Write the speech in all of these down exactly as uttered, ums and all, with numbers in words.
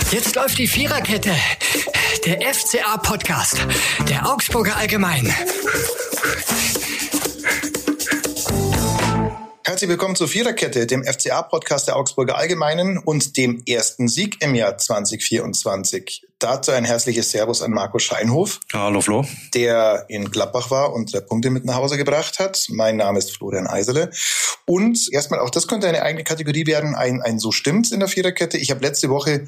Jetzt läuft die Viererkette. Der F C A-Podcast. Der Augsburger Allgemein. Herzlich willkommen zur Viererkette, dem F C A-Podcast der Augsburger Allgemeinen und dem ersten Sieg im Jahr zwanzig vierundzwanzig. Dazu ein herzliches Servus an Marco Scheinhof. Hallo Flo. Der in Gladbach war und drei Punkte mit nach Hause gebracht hat. Mein Name ist Florian Eisele. Und erstmal, auch das könnte eine eigene Kategorie werden, ein, ein So stimmt's in der Viererkette. Ich habe letzte Woche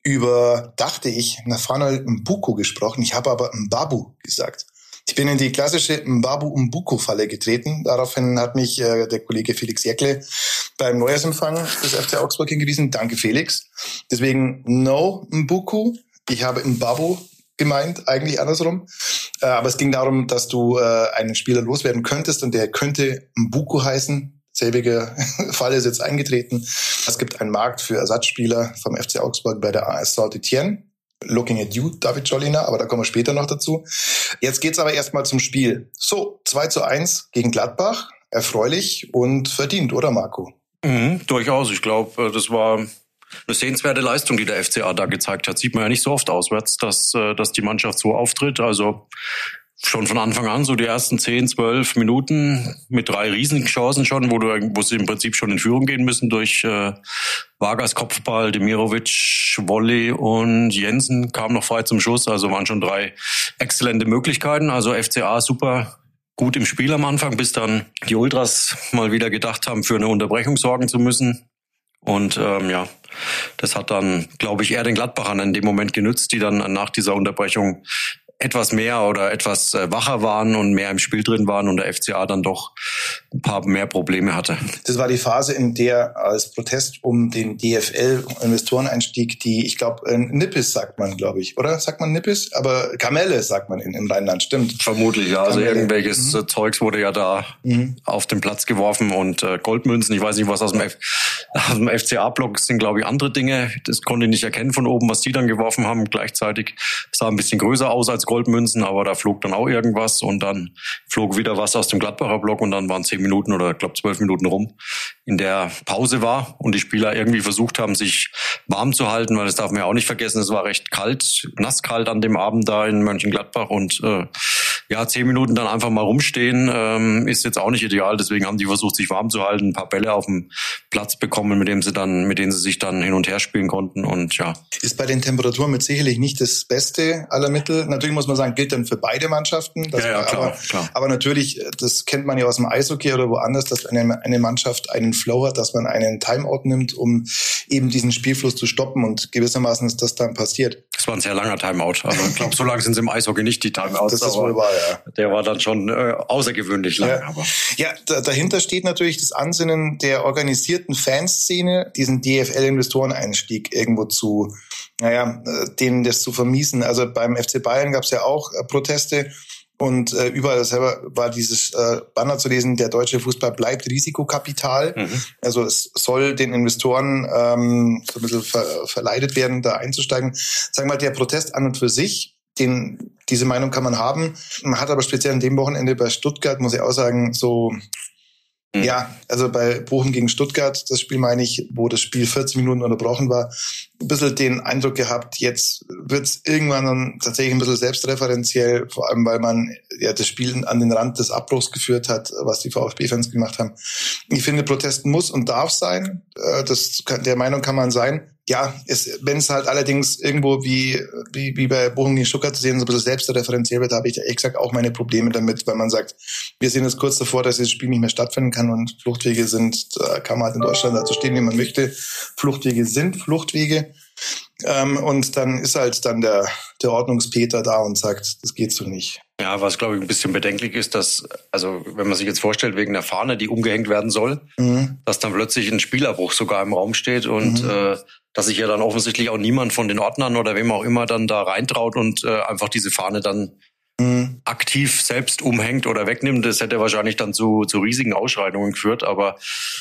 über, dachte ich, Nathanael Mbuku gesprochen. Ich habe aber Mbabu gesagt. Ich bin in die klassische Mbabu-Mbuku-Falle getreten. Daraufhin hat mich äh, der Kollege Felix Jäckle beim Neujahrsempfang des F C Augsburg hingewiesen. Danke, Felix. Deswegen no Mbuku. Ich habe Mbabu gemeint, eigentlich andersrum. Äh, aber es ging darum, dass du äh, einen Spieler loswerden könntest und der könnte Mbuku heißen. Selbige Fall ist jetzt eingetreten. Es gibt einen Markt für Ersatzspieler vom F C Augsburg bei der A S Saint-Étienne. Looking at you, David Jolliner, aber da kommen wir später noch dazu. Jetzt geht's aber erstmal zum Spiel. So, zwei zu eins gegen Gladbach. Erfreulich und verdient, oder Marco? Mhm, durchaus. Ich glaube, das war eine sehenswerte Leistung, die der F C A da gezeigt hat. Sieht man ja nicht so oft auswärts, dass, dass die Mannschaft so auftritt. Also schon von Anfang an, so die ersten zehn, zwölf Minuten mit drei Riesenchancen schon, wo du, wo sie im Prinzip schon in Führung gehen müssen durch äh, Vargas Kopfball, Demirovic, Volley und Jensen kam noch frei zum Schuss. Also waren schon drei exzellente Möglichkeiten. Also F C A super gut im Spiel am Anfang, bis dann die Ultras mal wieder gedacht haben, für eine Unterbrechung sorgen zu müssen. Und ähm, ja, das hat dann, glaube ich, eher den Gladbachern in dem Moment genützt, die dann nach dieser Unterbrechung etwas mehr oder etwas wacher waren und mehr im Spiel drin waren und der F C A dann doch ein paar mehr Probleme hatte. Das war die Phase, in der als Protest um den D F L-Investoreneinstieg die, ich glaube, Nippes sagt man, glaube ich, oder? Sagt man Nippes? Aber Kamelle sagt man in, im Rheinland, stimmt. Vermutlich, ja. Also Kamelle. Irgendwelches mhm. Zeugs wurde ja da mhm. auf den Platz geworfen und äh, Goldmünzen, ich weiß nicht, was aus dem, F- aus dem F C A-Block sind, glaube ich, andere Dinge. Das konnte ich nicht erkennen von oben, was die dann geworfen haben. Gleichzeitig sah ein bisschen größer aus als Goldmünzen, aber da flog dann auch irgendwas und dann flog wieder was aus dem Gladbacher Block und dann waren zehn Minuten oder ich glaube zwölf Minuten rum, in der Pause war und die Spieler irgendwie versucht haben, sich warm zu halten, weil das darf man ja auch nicht vergessen, es war recht kalt, nasskalt an dem Abend da in Mönchengladbach und äh, ja, zehn Minuten dann einfach mal rumstehen ähm, ist jetzt auch nicht ideal, deswegen haben die versucht, sich warm zu halten, ein paar Bälle auf dem Platz bekommen, mit dem sie dann, mit denen sie sich dann hin und her spielen konnten und ja. Ist bei den Temperaturen mit sicherlich nicht das Beste aller Mittel. Natürlich muss man sagen, gilt dann für beide Mannschaften. Das ja, ja, klar, aber, klar. aber natürlich, das kennt man ja aus dem Eishockey oder woanders, dass eine, eine Mannschaft einen Flow hat, dass man einen Timeout nimmt, um eben diesen Spielfluss zu stoppen und gewissermaßen ist das dann passiert. Das war ein sehr langer Timeout. Also ich glaube, so lange sind es im Eishockey nicht, die Timeouts. Das ist wohl wahr, ja. Der war dann schon äh, außergewöhnlich lang. Ja, aber. ja da, dahinter steht natürlich das Ansinnen der organisierten Fanszene, diesen D F L-Investoreneinstieg irgendwo zu, naja, denen das zu vermiesen. Also beim F C Bayern gab es ja auch äh, Proteste. Und äh, überall selber war dieses äh, Banner zu lesen, der deutsche Fußball bleibt Risikokapital. Mhm. Also es soll den Investoren ähm, so ein bisschen ver- verleitet werden, da einzusteigen. Sagen wir mal, der Protest an und für sich, den, diese Meinung kann man haben. Man hat aber speziell an dem Wochenende bei Stuttgart, muss ich auch sagen, so... Mhm. Ja, also bei Bochum gegen Stuttgart, das Spiel meine ich, wo das Spiel vierzig Minuten unterbrochen war, ein bisschen den Eindruck gehabt, jetzt wird's irgendwann dann tatsächlich ein bisschen selbstreferenziell, vor allem weil man ja das Spiel an den Rand des Abbruchs geführt hat, was die VfB-Fans gemacht haben. Ich finde, Protest muss und darf sein, das kann, der Meinung kann man sein. Ja, wenn es halt allerdings irgendwo wie, wie, wie bei Bochum gegen Stuttgart zu sehen, so ein bisschen selbstreferenziell wird, da habe ich ehrlich gesagt auch meine Probleme damit, weil man sagt, wir sind jetzt kurz davor, dass das Spiel nicht mehr stattfinden kann und Fluchtwege sind, da kann man halt in Deutschland dazu stehen, wie man möchte. Fluchtwege sind Fluchtwege. Ähm, und dann ist halt dann der, der Ordnungspeter da und sagt, das geht so nicht. Ja, was glaube ich ein bisschen bedenklich ist, dass, also wenn man sich jetzt vorstellt, wegen der Fahne, die umgehängt werden soll, mhm. dass dann plötzlich ein Spielabbruch sogar im Raum steht und mhm. äh, dass sich ja dann offensichtlich auch niemand von den Ordnern oder wem auch immer dann da reintraut und äh, einfach diese Fahne dann mhm. aktiv selbst umhängt oder wegnimmt. Das hätte wahrscheinlich dann zu, zu riesigen Ausschreitungen geführt, aber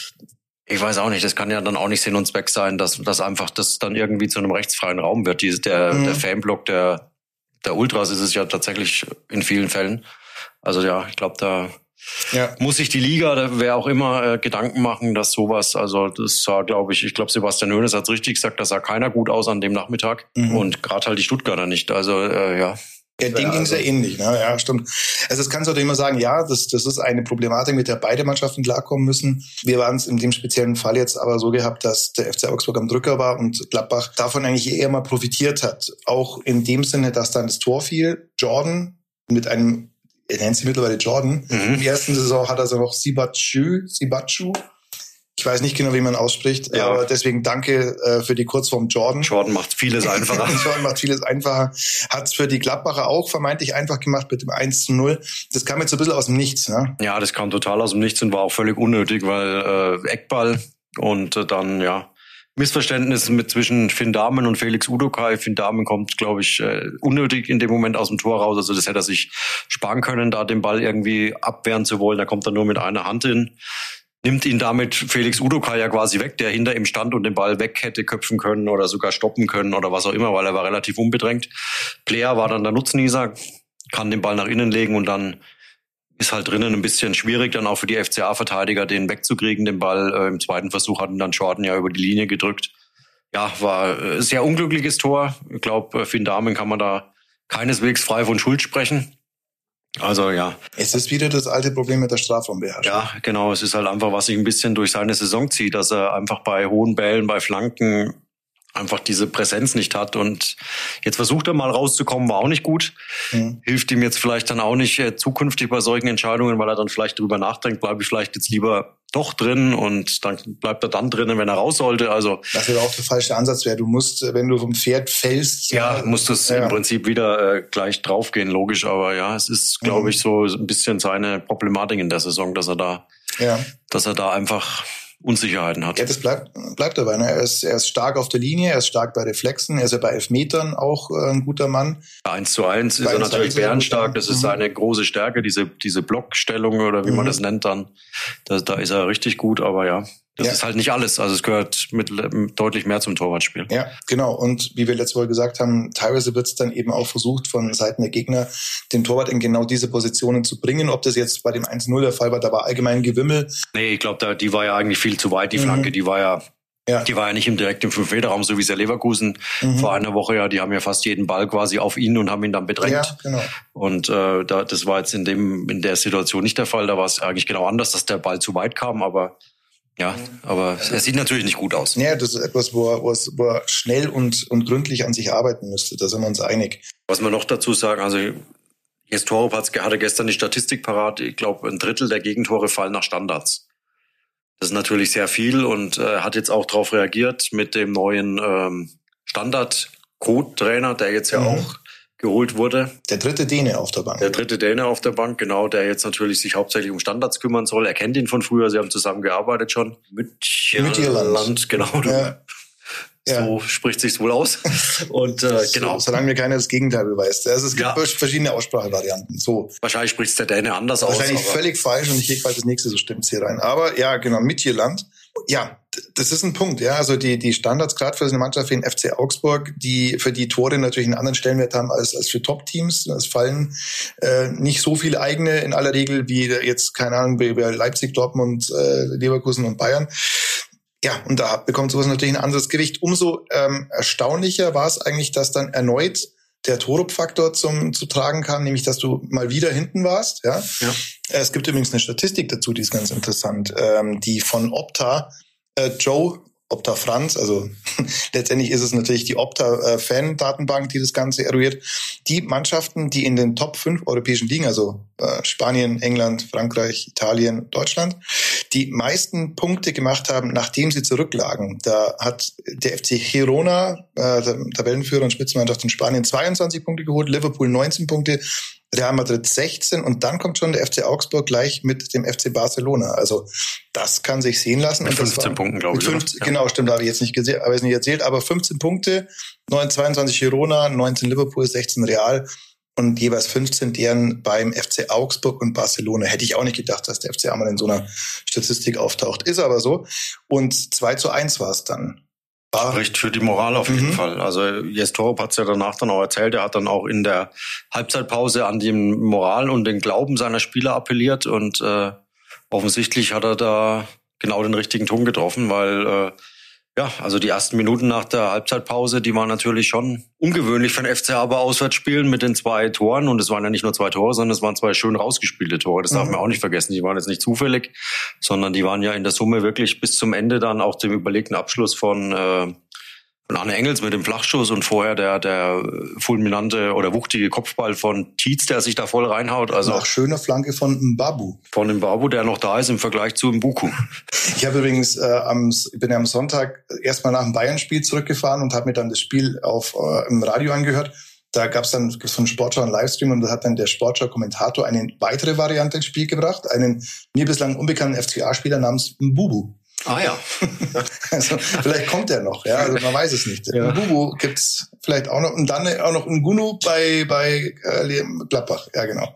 ich weiß auch nicht, das kann ja dann auch nicht Sinn und Zweck sein, dass, dass einfach das dann irgendwie zu einem rechtsfreien Raum wird. Die, der, mhm. der Fanblock der, der Ultras ist es ja tatsächlich in vielen Fällen. Also ja, ich glaube, da ja. muss sich die Liga, wer auch immer, äh, Gedanken machen, dass sowas, also das sah, glaube ich, ich glaube, Sebastian Hoeneß hat es richtig gesagt, da sah keiner gut aus an dem Nachmittag mhm. und gerade halt die Stuttgarter nicht, also äh, ja. Ja, denen ging es ja ähnlich, ne? Ja, stimmt. Also das kannst du natürlich immer sagen, ja, das, das ist eine Problematik, mit der beide Mannschaften klarkommen müssen. Wir waren es in dem speziellen Fall jetzt aber so gehabt, dass der F C Augsburg am Drücker war und Gladbach davon eigentlich eher mal profitiert hat. Auch in dem Sinne, dass dann das Tor fiel. Jordan mit einem, er nennt sie mittlerweile Jordan. Mhm. In der ersten Saison hat er so noch Sibachu, Sibachu. Ich weiß nicht genau, wie man ausspricht, ja. aber deswegen danke äh, für die Kurzform Jordan. Jordan macht vieles einfacher. Jordan macht vieles einfacher. Hat es für die Gladbacher auch vermeintlich einfach gemacht mit dem eins zu null. Das kam jetzt so ein bisschen aus dem Nichts. Ne? Ja, das kam total aus dem Nichts und war auch völlig unnötig, weil äh, Eckball und äh, dann, ja, Missverständnis mit zwischen Finn Dahmen und Felix Udokai. Finn Dahmen kommt, glaube ich, äh, unnötig in dem Moment aus dem Tor raus. Also das hätte er sich sparen können, da den Ball irgendwie abwehren zu wollen. Da kommt er nur mit einer Hand hin. Nimmt ihn damit Felix Udokai ja quasi weg, der hinter ihm stand und den Ball weg hätte köpfen können oder sogar stoppen können oder was auch immer, weil er war relativ unbedrängt. Player war dann der Nutznießer, kann den Ball nach innen legen und dann ist halt drinnen ein bisschen schwierig, dann auch für die F C A-Verteidiger den wegzukriegen, den Ball. Äh, im zweiten Versuch hatten dann Jordan ja über die Linie gedrückt. Ja, war ein sehr unglückliches Tor. Ich glaube, Finn Dahmen kann man da keineswegs frei von Schuld sprechen. Also ja. Es ist wieder das alte Problem mit der Strafraumbeherrschung. Ja, genau. Es ist halt einfach, was sich ein bisschen durch seine Saison zieht, dass er einfach bei hohen Bällen, bei Flanken einfach diese Präsenz nicht hat. Und jetzt versucht er mal rauszukommen, war auch nicht gut. Mhm. Hilft ihm jetzt vielleicht dann auch nicht äh, zukünftig bei solchen Entscheidungen, weil er dann vielleicht drüber nachdenkt, bleibe ich vielleicht jetzt lieber doch drin und dann bleibt er dann drinnen, wenn er raus sollte. Also das wäre auch der falsche Ansatz wäre. Du musst, wenn du vom Pferd fällst, ja, musst du es ja. im Prinzip wieder äh, gleich draufgehen, logisch. Aber ja, es ist, glaube mhm. ich, so ein bisschen seine Problematik in der Saison, dass er da, ja. dass er da einfach Unsicherheiten hat. Ja, das bleibt, bleibt dabei. Ne? Er ist, er ist stark auf der Linie, er ist stark bei Reflexen, er ist ja bei Elfmetern auch äh, ein guter Mann. Eins zu eins ist er natürlich bärenstark, das ist mhm. seine große Stärke, diese, diese Blockstellung oder wie mhm. man das nennt dann. Da, da ist er richtig gut, aber ja, das ja. ist halt nicht alles. Also es gehört mit, mit deutlich mehr zum Torwartspiel. Ja, genau. Und wie wir letzte Woche gesagt haben, teilweise wird es dann eben auch versucht von Seiten der Gegner, den Torwart in genau diese Positionen zu bringen. Ob das jetzt bei dem eins null der Fall war, da war allgemein Gewimmel. Nee, ich glaube, die war ja eigentlich viel zu weit, die Flanke. Mhm. Die war ja Ja. Die war ja nicht im direkten fünf-Meter-Raum, so wie es ja Leverkusen mhm. vor einer Woche, ja, die haben ja fast jeden Ball quasi auf ihn und haben ihn dann bedrängt. Ja, genau. Und äh, da, das war jetzt in dem in der Situation nicht der Fall. Da war es eigentlich genau anders, dass der Ball zu weit kam, aber ja, aber er sieht natürlich nicht gut aus. Ja, das ist etwas, wo er, wo er, wo er schnell und, und gründlich an sich arbeiten müsste. Da sind wir uns einig. Was wir noch dazu sagen, also Jes Torup hatte gestern die Statistik parat. Ich glaube, ein Drittel der Gegentore fallen nach Standards. Das ist natürlich sehr viel und äh, hat jetzt auch darauf reagiert mit dem neuen ähm, Standard-Code-Trainer, der jetzt ja mhm. auch geholt wurde. Der dritte Däne auf der Bank. Der dritte Däne auf der Bank, genau, der jetzt natürlich sich hauptsächlich um Standards kümmern soll. Er kennt ihn von früher, sie haben zusammen gearbeitet schon. Midtjylland, genau. Ja. So ja. spricht sich's wohl aus. Und äh, so, genau. Solange mir keiner das Gegenteil beweist. Also es gibt ja. verschiedene Aussprachevarianten. So. Wahrscheinlich spricht's der Däne anders Wahrscheinlich aus. Wahrscheinlich völlig falsch und ich lege bald das nächste, so stimmt's hier rein. Aber ja, genau, Midtjylland. Ja, das ist ein Punkt, ja. Also die, die Standards, gerade für eine Mannschaft wie den F C Augsburg, die für die Tore natürlich einen anderen Stellenwert haben als, als für Top-Teams. Es fallen äh, nicht so viele eigene in aller Regel wie jetzt, keine Ahnung, bei Leipzig, Dortmund, äh, Leverkusen und Bayern. Ja, und da bekommt sowas natürlich ein anderes Gewicht. Umso ähm, erstaunlicher war es eigentlich, dass dann erneut der Torup-Faktor zum zu tragen kam, nämlich dass du mal wieder hinten warst. Ja. ja. Es gibt übrigens eine Statistik dazu, die ist ganz interessant, ähm, die von Opta äh, Joe Opta Franz, also letztendlich ist es natürlich die Opta-Fan-Datenbank, die das Ganze eruiert. Die Mannschaften, die in den Top fünf europäischen Ligen, also äh, Spanien, England, Frankreich, Italien, Deutschland, die meisten Punkte gemacht haben, nachdem sie zurücklagen. Da hat der F C Girona, äh, der Tabellenführer und Spitzenmannschaft in Spanien, zweiundzwanzig Punkte geholt, Liverpool neunzehn Punkte, Real Madrid sechzehn und dann kommt schon der F C Augsburg gleich mit dem F C Barcelona. Also das kann sich sehen lassen. Mit und fünfzehn war, Punkten, glaube ich. fünfzehn, ja. Genau, stimmt, habe ich jetzt nicht gesehen, habe ich nicht erzählt, aber fünfzehn Punkte, zweiundzwanzig Girona, neunzehn Liverpool, sechzehn Real und jeweils fünfzehn deren beim F C Augsburg und Barcelona. Hätte ich auch nicht gedacht, dass der F C einmal in so einer Statistik auftaucht. Ist aber so. Und zwei zu eins war es dann. Spricht für die Moral auf jeden mhm. Fall. Also Jes Torup hat es ja danach dann auch erzählt, er hat dann auch in der Halbzeitpause an die Moral und den Glauben seiner Spieler appelliert und äh, offensichtlich hat er da genau den richtigen Ton getroffen, weil äh, ja, also die ersten Minuten nach der Halbzeitpause, die waren natürlich schon ungewöhnlich für den F C A bei Auswärtsspielen mit den zwei Toren. Und es waren ja nicht nur zwei Tore, sondern es waren zwei schön rausgespielte Tore. Das darf man auch nicht vergessen. Die waren jetzt nicht zufällig, sondern die waren ja in der Summe wirklich bis zum Ende dann auch dem überlegten Abschluss von äh, von Arne Engels mit dem Flachschuss und vorher der der fulminante oder wuchtige Kopfball von Tietz, der sich da voll reinhaut. Also nach schöner Flanke von Mbabu. Von Mbabu, der noch da ist im Vergleich zu Mbuku. Ich habe übrigens äh, am ich bin ja am Sonntag erstmal nach dem Bayern-Spiel zurückgefahren und habe mir dann das Spiel auf äh, im Radio angehört. Da gab es dann so einen Sportschau einen Livestream und da hat dann der Sportschau-Kommentator eine weitere Variante ins Spiel gebracht, einen mir bislang unbekannten F C A-Spieler namens Mbubu. Ah ja. Also vielleicht kommt er noch, ja, also man weiß es nicht. Ja. Bubu gibt's vielleicht auch noch und dann auch noch Ngunu bei bei äh, Gladbach, ja genau.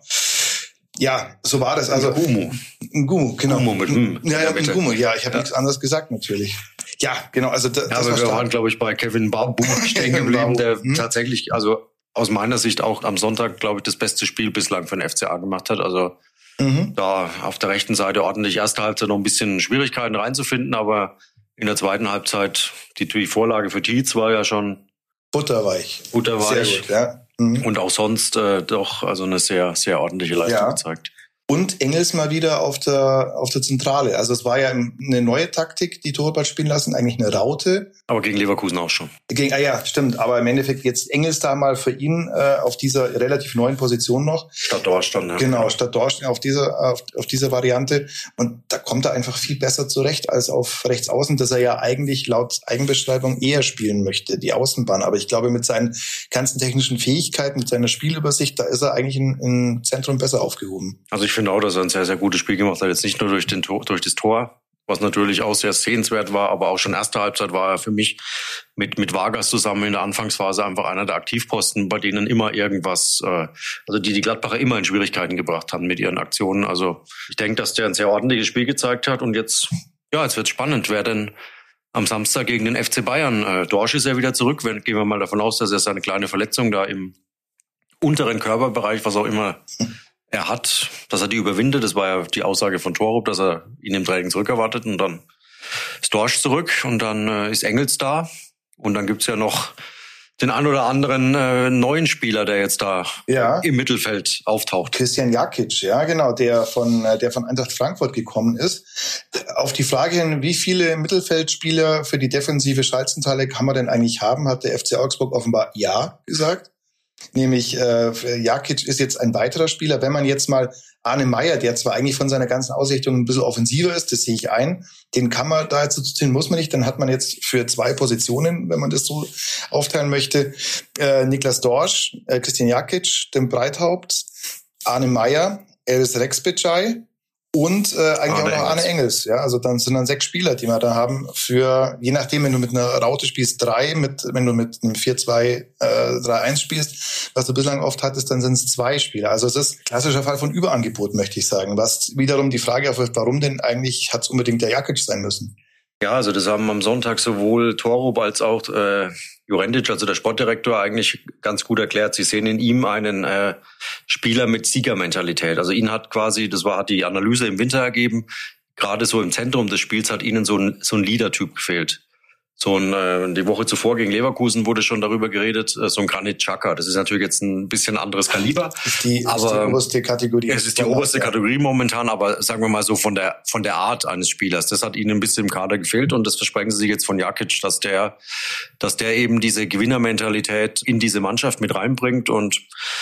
Ja, so war das. Also Ngumu. Ngumu, genau. Ngumu mit M. Ja, ja, Ngumu, ja, ich habe ja. nichts anderes gesagt natürlich. Ja, genau, also da, ja, das aber war wir stark. waren, glaube ich, bei Kevin Babu stehen geblieben, der hm? tatsächlich, also aus meiner Sicht auch am Sonntag, glaube ich, das beste Spiel bislang für den F C A gemacht hat. Also Mhm. da auf der rechten Seite ordentlich erste Halbzeit noch ein bisschen Schwierigkeiten reinzufinden, aber in der zweiten Halbzeit die, die Vorlage für Tietz war ja schon butterweich. Butterweich. Sehr gut, ja. Mhm. Und auch sonst äh, doch also eine sehr, sehr ordentliche Leistung ja. gezeigt. Und Engels mal wieder auf der auf der Zentrale. Also es war ja eine neue Taktik, die Torwart spielen lassen, eigentlich eine Raute. Aber gegen Leverkusen auch schon. Gegen, ah ja, stimmt. Aber im Endeffekt jetzt Engels da mal für ihn äh, auf dieser relativ neuen Position noch. Statt Dorsten. Ja. Genau, statt Dorsten auf dieser auf, auf dieser Variante. Und da kommt er einfach viel besser zurecht als auf rechts außen, dass er ja eigentlich laut Eigenbeschreibung eher spielen möchte, die Außenbahn. Aber ich glaube, mit seinen ganzen technischen Fähigkeiten, mit seiner Spielübersicht, da ist er eigentlich im, im Zentrum besser aufgehoben. Also ich Ich finde auch, dass er ein sehr, sehr gutes Spiel gemacht hat. Jetzt nicht nur durch, den Tor, durch das Tor, was natürlich auch sehr sehenswert war, aber auch schon erste Halbzeit war er für mich mit, mit Vargas zusammen in der Anfangsphase einfach einer der Aktivposten, bei denen immer irgendwas, äh, also die die Gladbacher immer in Schwierigkeiten gebracht haben mit ihren Aktionen. Also ich denke, dass der ein sehr ordentliches Spiel gezeigt hat und jetzt, ja, jetzt wird spannend, wer denn am Samstag gegen den F C Bayern, äh, Dorsch ist ja wieder zurück, wenn, gehen wir mal davon aus, dass er seine kleine Verletzung da im unteren Körperbereich, was auch immer er hat, dass er die überwindet. Das war ja die Aussage von Torup, dass er ihn im Training zurückerwartet und dann ist Dorsch zurück und dann äh, ist Engels da und dann gibt's ja noch den ein oder anderen äh, neuen Spieler, der jetzt da ja. im Mittelfeld auftaucht. Christian Jakic, ja genau, der von äh, der von Eintracht Frankfurt gekommen ist. Auf die Frage hin, wie viele Mittelfeldspieler für die defensive Schalzenteile kann man denn eigentlich haben, hat der F C Augsburg offenbar ja gesagt. Nämlich äh, Jakic ist jetzt ein weiterer Spieler. Wenn man jetzt mal Arne Meyer, der zwar eigentlich von seiner ganzen Ausrichtung ein bisschen offensiver ist, das sehe ich ein, den kann man da jetzt so ziehen, muss man nicht. Dann hat man jetzt für zwei Positionen, wenn man das so aufteilen möchte, äh, Niklas Dorsch, äh, Christian Jakic, den Breithaupt, Arne Meyer, Eris Rexbecaj und äh, eigentlich Arne auch noch Arne Engels. Ja, also dann sind dann sechs Spieler, die wir da haben für, je nachdem, wenn du mit einer Raute spielst, drei, mit wenn du mit einem vier zwei drei eins spielst, was du bislang oft hattest, dann sind es zwei Spieler. Also es ist ein klassischer Fall von Überangebot, möchte ich sagen. Was wiederum die Frage aufwirft, warum denn eigentlich hat es unbedingt der Jakic sein müssen? Ja, also das haben am Sonntag sowohl Torup als auch äh, Jurendic, also der Sportdirektor, eigentlich ganz gut erklärt. Sie sehen in ihm einen äh, Spieler mit Siegermentalität. Also ihn hat quasi, das war hat die Analyse im Winter ergeben, gerade so im Zentrum des Spiels hat ihnen so ein so ein Leader-Typ gefehlt. So ein, äh, die Woche zuvor gegen Leverkusen wurde schon darüber geredet, äh, so ein Granit Xhaka. Das ist natürlich jetzt ein bisschen anderes Kaliber. Ist die, aber ist die oberste Kategorie. Es ist die oberste ja. Kategorie momentan, aber sagen wir mal so von der von der Art eines Spielers. Das hat ihnen ein bisschen im Kader gefehlt und das versprechen sie sich jetzt von Jakic, dass der, dass der eben diese Gewinnermentalität in diese Mannschaft mit reinbringt und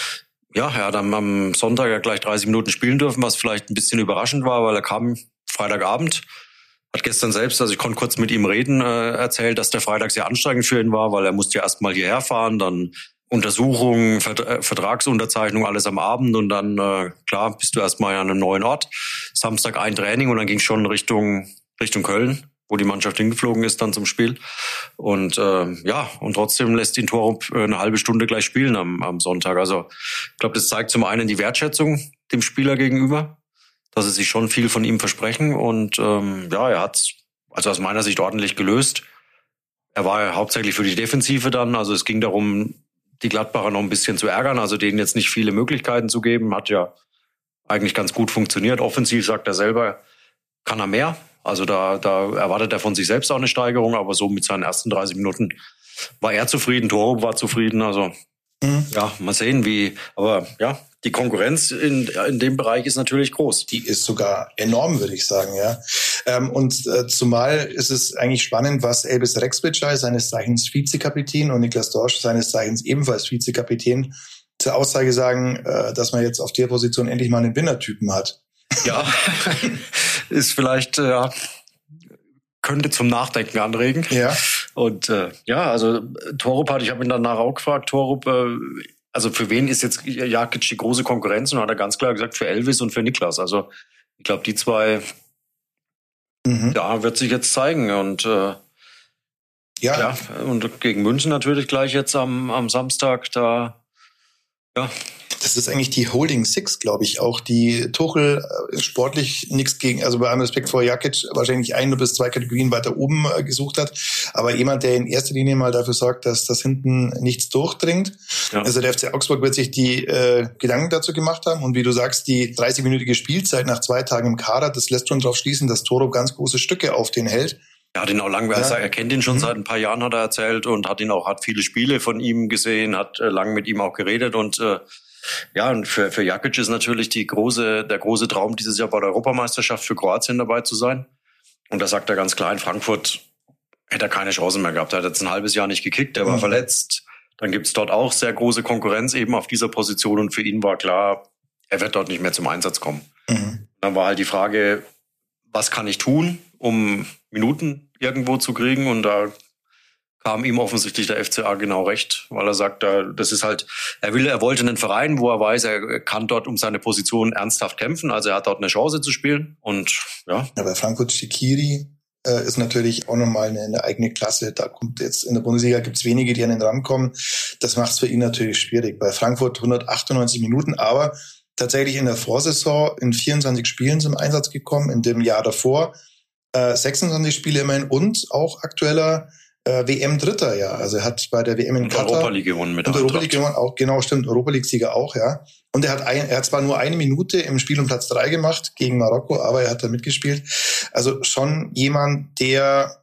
ja, er hat am, am Sonntag ja gleich dreißig Minuten spielen dürfen, was vielleicht ein bisschen überraschend war, weil er kam Freitagabend. Hat gestern selbst, also ich konnte kurz mit ihm reden, äh, erzählt, dass der Freitag sehr anstrengend für ihn war, weil er musste ja erstmal hierher fahren, dann Untersuchung, Vert- Vertragsunterzeichnung, alles am Abend und dann, äh, klar, bist du erstmal an einem neuen Ort. Samstag ein Training und dann ging es schon Richtung Richtung Köln, wo die Mannschaft hingeflogen ist dann zum Spiel. Und äh, ja, und trotzdem lässt ihn Torup eine halbe Stunde gleich spielen am, am Sonntag. Also ich glaube, das zeigt zum einen die Wertschätzung dem Spieler gegenüber, dass sie sich schon viel von ihm versprechen und ähm, ja, er hat's also aus meiner Sicht ordentlich gelöst. er war ja hauptsächlich für die Defensive dann. Also es ging darum, die Gladbacher noch ein bisschen zu ärgern, also denen jetzt nicht viele Möglichkeiten zu geben. Hat ja eigentlich ganz gut funktioniert. Offensiv, sagt er selber, kann er mehr. Also da, da erwartet er von sich selbst auch eine Steigerung. Aber so mit seinen ersten dreißig Minuten war er zufrieden, Torup war zufrieden. Also mhm. ja, mal sehen, wie. Aber ja, die Konkurrenz in, in dem Bereich ist natürlich groß. Die ist sogar enorm, würde ich sagen, ja. Ähm, und äh, zumal ist es eigentlich spannend, was Elvis Rexbitschei, seines Zeichens Vizekapitän, und Niklas Dorsch, seines Zeichens ebenfalls Vizekapitän, zur Aussage sagen, äh, dass man jetzt auf der Position endlich mal einen Winnertypen hat. Ja, ist vielleicht, ja, könnte zum Nachdenken anregen. Ja. Und äh, ja, also Torup hat, ich habe ihn danach auch gefragt, Torup, äh, also für wen ist jetzt Jakic die große Konkurrenz? Und hat er ganz klar gesagt, für Elvis und für Niklas. Also ich glaube, die zwei, mhm. ja, wird sich jetzt zeigen. Und äh, ja. ja, und gegen München natürlich gleich jetzt am, am Samstag, da, ja. Das ist eigentlich die Holding Six, glaube ich, auch, die Tuchel äh, sportlich nichts gegen, also bei allem Respekt vor Jakic, wahrscheinlich ein bis zwei Kategorien weiter oben äh, gesucht hat, aber jemand, der in erster Linie mal dafür sorgt, dass das hinten nichts durchdringt. Ja. Also der F C Augsburg wird sich die äh, Gedanken dazu gemacht haben, und wie du sagst, die dreißig-minütige Spielzeit nach zwei Tagen im Kader, das lässt schon darauf schließen, dass Torup ganz große Stücke auf den hält. Er hat ihn auch lange, ja. er kennt ihn schon mhm. seit ein paar Jahren, hat er erzählt, und hat ihn auch, hat viele Spiele von ihm gesehen, hat äh, lange mit ihm auch geredet, und äh, ja, und für, für Jakic ist natürlich die große, der große Traum dieses Jahr bei der Europameisterschaft für Kroatien dabei zu sein. Und da sagt er ganz klar, in Frankfurt hätte er keine Chance mehr gehabt. Er hat jetzt ein halbes Jahr nicht gekickt, er war mhm. verletzt. Dann gibt's dort auch sehr große Konkurrenz eben auf dieser Position, und für ihn war klar, er wird dort nicht mehr zum Einsatz kommen. Mhm. Dann war halt die Frage, was kann ich tun, um Minuten irgendwo zu kriegen? Und da kam ihm offensichtlich der F C A genau recht, weil er sagt, das ist halt, er will, er wollte einen Verein, wo er weiß, er kann dort um seine Position ernsthaft kämpfen, also er hat dort eine Chance zu spielen, und ja. Ja, bei Frankfurt Shaqiri äh, ist natürlich auch nochmal eine, eine eigene Klasse. Da kommt jetzt in der Bundesliga gibt's wenige, die an den rankommen. Das macht's für ihn natürlich schwierig. Bei Frankfurt hundertachtundneunzig Minuten, aber tatsächlich in der Vorsaison in vierundzwanzig Spielen zum Einsatz gekommen, in dem Jahr davor äh, sechsundzwanzig Spiele immerhin, und auch aktueller Äh, W M-Dritter, ja. Also er hat bei der W M in Katar Europa League gewonnen mit der Europa League gewonnen, auch, genau, stimmt, Europa League-Sieger auch, ja. Und er hat ein, er hat zwar nur eine Minute im Spiel um Platz drei gemacht gegen Marokko, aber er hat da mitgespielt. Also schon jemand, der,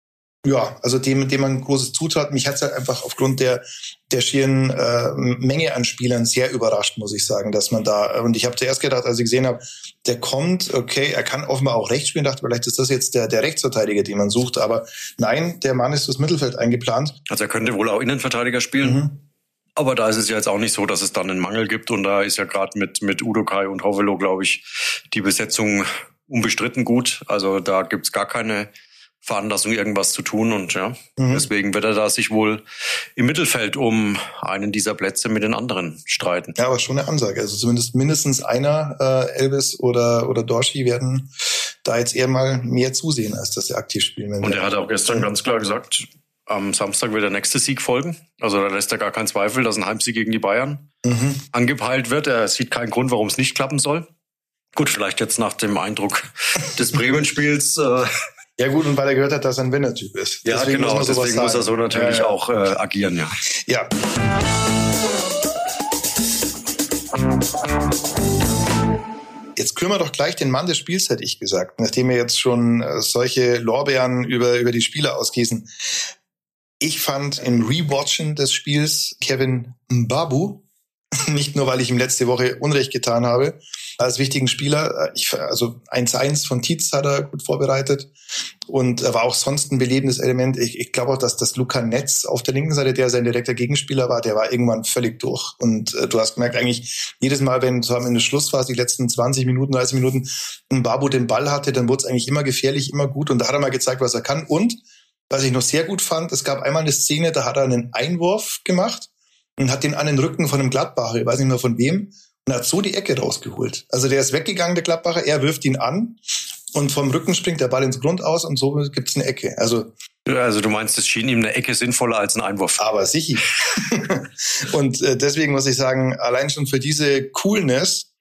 ja, also dem, dem man Großes zutraut. Mich hat's halt einfach aufgrund der der schieren äh, Menge an Spielern sehr überrascht, muss ich sagen, dass man da, und ich habe zuerst gedacht, als ich gesehen habe, der kommt, okay, er kann offenbar auch rechts spielen, dachte, vielleicht ist das jetzt der der Rechtsverteidiger, den man sucht, aber nein, der Mann ist fürs Mittelfeld eingeplant. Also er könnte wohl auch Innenverteidiger spielen, mhm. aber da ist es ja jetzt auch nicht so, dass es dann einen Mangel gibt, und da ist ja gerade mit mit Udokai und Hovelo, glaube ich, die Besetzung unbestritten gut, also da gibt's gar keine Veranlassung, irgendwas zu tun, und ja, mhm. deswegen wird er da sich wohl im Mittelfeld um einen dieser Plätze mit den anderen streiten. Ja, aber schon eine Ansage. Also zumindest mindestens einer, äh, Elvis oder oder Dorschi, werden da jetzt eher mal mehr zusehen, als dass sie aktiv spielen. Und er hat auch gestern ganz klar gesagt, am Samstag wird der nächste Sieg folgen. Also da lässt er gar keinen Zweifel, dass ein Heimsieg gegen die Bayern mhm. angepeilt wird. Er sieht keinen Grund, warum es nicht klappen soll. Gut, vielleicht jetzt nach dem Eindruck des Bremen-Spiels äh, ja gut, und weil er gehört hat, dass er ein Winnertyp ist. Ja, deswegen genau, muss deswegen muss er so natürlich ja, ja. auch äh, agieren, ja. Ja. Jetzt küren wir doch gleich den Mann des Spiels, hätte ich gesagt, nachdem wir jetzt schon äh, solche Lorbeeren über, über die Spieler ausgießen. Ich fand im Rewatchen des Spiels Kevin Mbabu, nicht nur, weil ich ihm letzte Woche Unrecht getan habe, als wichtigen Spieler. Ich, also eins zu eins von Tietz hat er gut vorbereitet, und er war auch sonst ein belebendes Element. Ich, ich glaube auch, dass das Luca Netz auf der linken Seite, der sein direkter Gegenspieler war, der war irgendwann völlig durch. Und äh, du hast gemerkt, eigentlich jedes Mal, wenn so am Ende Schluss war, die letzten zwanzig Minuten, dreißig Minuten, ein Babu den Ball hatte, dann wurde es eigentlich immer gefährlich, immer gut. Und da hat er mal gezeigt, was er kann. Und was ich noch sehr gut fand, es gab einmal eine Szene, da hat er einen Einwurf gemacht und hat den an den Rücken von einem Gladbacher, ich weiß nicht mehr von wem, und hat so die Ecke rausgeholt. Also der ist weggegangen, der Gladbacher, er wirft ihn an, und vom Rücken springt der Ball ins Grund aus, und so gibt's eine Ecke. Also also du meinst, es schien ihm eine Ecke sinnvoller als ein Einwurf. Aber sicher. Und äh, deswegen muss ich sagen, allein schon für diese Coolness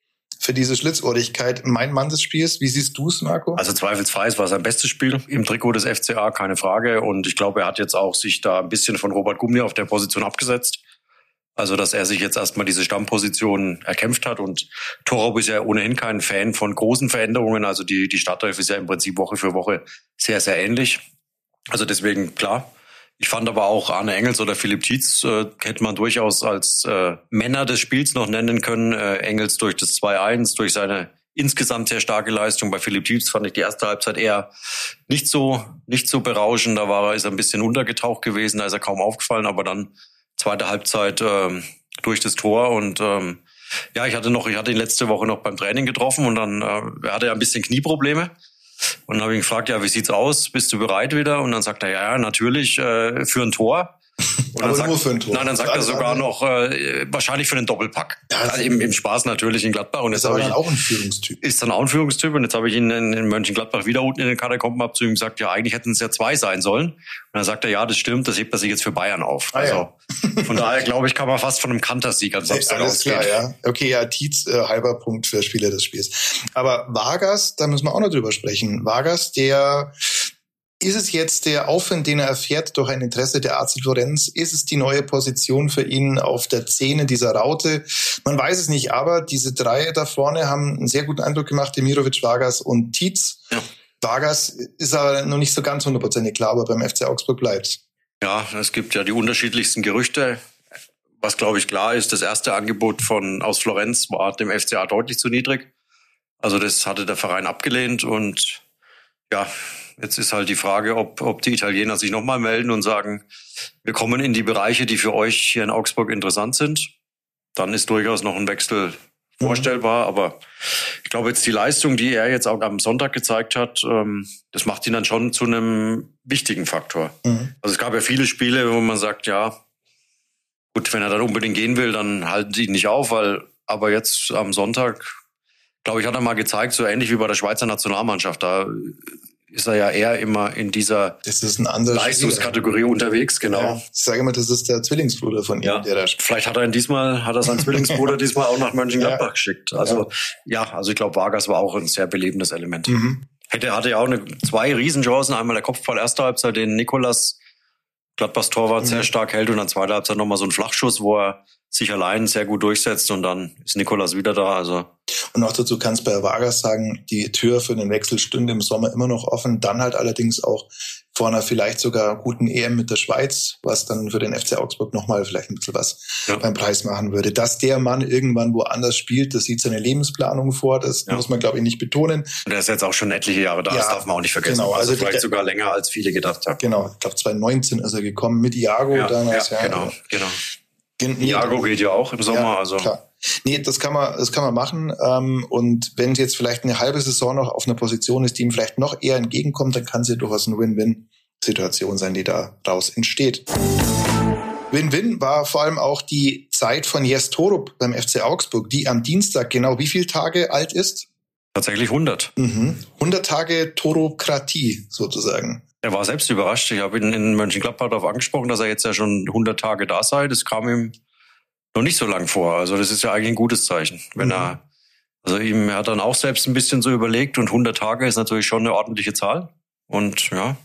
für diese Schlitzohrigkeit mein Mann des Spiels. Wie siehst du es, Marco? Also zweifelsfrei, es war sein bestes Spiel im Trikot des F C A, keine Frage. Und ich glaube, er hat jetzt auch sich da ein bisschen von Robert Gumni auf der Position abgesetzt. Also, dass er sich jetzt erstmal diese Stammposition erkämpft hat. Und Torup ist ja ohnehin kein Fan von großen Veränderungen. Also die, die Startelf ist ja im Prinzip Woche für Woche sehr, sehr ähnlich. Also deswegen, klar. Ich fand aber auch Arne Engels oder Philipp Tietz äh, hätte man durchaus als äh, Männer des Spiels noch nennen können. Äh, Engels durch das zwei eins, durch seine insgesamt sehr starke Leistung. Bei Philipp Tietz fand ich die erste Halbzeit eher nicht so nicht so berauschend. Da war er, ist er ein bisschen untergetaucht gewesen, da ist er kaum aufgefallen. Aber dann zweite Halbzeit ähm, durch das Tor. Und ähm, ja, ich hatte noch, ich hatte ihn letzte Woche noch beim Training getroffen und dann äh, er hatte er ein bisschen Knieprobleme. Und dann habe ich ihn gefragt, ja, wie sieht's aus? Bist du bereit wieder? Und dann sagt er, ja, natürlich äh, für ein Tor. Und aber dann nur sagt, für ein Tor. Nein, dann sagt er sogar noch, äh, wahrscheinlich für den Doppelpack. Ja, also im, im Spaß natürlich in Gladbach. Und ist jetzt aber dann ich, auch ein Führungstyp. Ist dann auch ein Führungstyp. Und jetzt habe ich ihn in, in Mönchengladbach wieder unten in den Katakomben ab zu ihm gesagt, ja, eigentlich hätten es ja zwei sein sollen. Und dann sagt er, ja, das stimmt, das hebt er sich jetzt für Bayern auf. Ah, also ja. Von daher, glaube ich, kann man fast von einem Kantersieg am Samstag Alles ausgehen. Klar, ja. Okay, ja, Tietz, äh, halber Punkt für Spieler des Spiels. Aber Vargas, da müssen wir auch noch drüber sprechen. Vargas, der... Ist es jetzt der Aufwand, den er erfährt durch ein Interesse der A C Florenz? Ist es die neue Position für ihn auf der Zähne dieser Raute? Man weiß es nicht, aber diese drei da vorne haben einen sehr guten Eindruck gemacht, Demirovic, Vargas und Tietz. Ja. Vargas ist aber noch nicht so ganz hundertprozentig klar, aber beim F C Augsburg bleibt. Ja, es gibt ja die unterschiedlichsten Gerüchte. Was, glaube ich, klar ist, das erste Angebot von aus Florenz war dem F C A deutlich zu niedrig. Also das hatte der Verein abgelehnt und ja, jetzt ist halt die Frage, ob, ob die Italiener sich nochmal melden und sagen, wir kommen in die Bereiche, die für euch hier in Augsburg interessant sind. Dann ist durchaus noch ein Wechsel vorstellbar. Mhm. Aber ich glaube jetzt die Leistung, die er jetzt auch am Sonntag gezeigt hat, ähm, das macht ihn dann schon zu einem wichtigen Faktor. Mhm. Also es gab ja viele Spiele, wo man sagt, ja, gut, wenn er dann unbedingt gehen will, dann halten sie ihn nicht auf. Weil, aber jetzt am Sonntag, glaube ich, hat er mal gezeigt, so ähnlich wie bei der Schweizer Nationalmannschaft, da ist er ja eher immer in dieser das ist ein anderer Leistungskategorie Spieler. Unterwegs, genau. Ja, ich sage immer, das ist der Zwillingsbruder von ihm, ja. der da spielt. Vielleicht hat er ihn diesmal, hat er seinen Zwillingsbruder diesmal auch nach Mönchengladbach ja. geschickt. Also ja, ja also ich glaube, Vargas war auch ein sehr belebendes Element. Mhm. Hätte hatte ja auch eine, zwei Riesenchancen, einmal der Kopfball erster Halbzeit, den Nikolas Gladbachs Torwart mhm. sehr stark hält und dann zweiter Halbzeit nochmal so ein Flachschuss, wo er sich allein sehr gut durchsetzt und dann ist Nikolas wieder da. Also und auch dazu kannst du bei Vargas sagen, die Tür für den Wechsel stünde im Sommer immer noch offen, dann halt allerdings auch vor einer vielleicht sogar guten E M mit der Schweiz, was dann für den F C Augsburg nochmal vielleicht ein bisschen was ja. beim Preis machen würde. Dass der Mann irgendwann woanders spielt, das sieht seine Lebensplanung vor, das ja. muss man, glaube ich, nicht betonen. Und er ist jetzt auch schon etliche Jahre da, ja, das darf man auch nicht vergessen. Genau, also, also vielleicht der, sogar länger, als viele gedacht haben. Genau, ich glaube zwanzig neunzehn ist er gekommen mit Iago ja, damals. Ja, ja, genau, genau. Gen- Iago geht ja auch im Sommer. Ja, also klar. Nee, das kann man, das kann man machen. Und wenn sie jetzt vielleicht eine halbe Saison noch auf einer Position ist, die ihm vielleicht noch eher entgegenkommt, dann kann sie ja durchaus eine Win-Win-Situation sein, die da raus entsteht. Win-Win war vor allem auch die Zeit von Jes Torup beim F C Augsburg, die am Dienstag genau wie viele Tage alt ist? Tatsächlich hundert. Mhm. hundert Tage Torokratie sozusagen. Er war selbst überrascht. Ich habe ihn in Mönchengladbach darauf angesprochen, dass er jetzt ja schon hundert Tage da sei. Das kam ihm noch nicht so lang vor. Also das ist ja eigentlich ein gutes Zeichen. Wenn mhm. er, also ihm, er hat dann auch selbst ein bisschen so überlegt und hundert Tage ist natürlich schon eine ordentliche Zahl. Und ja,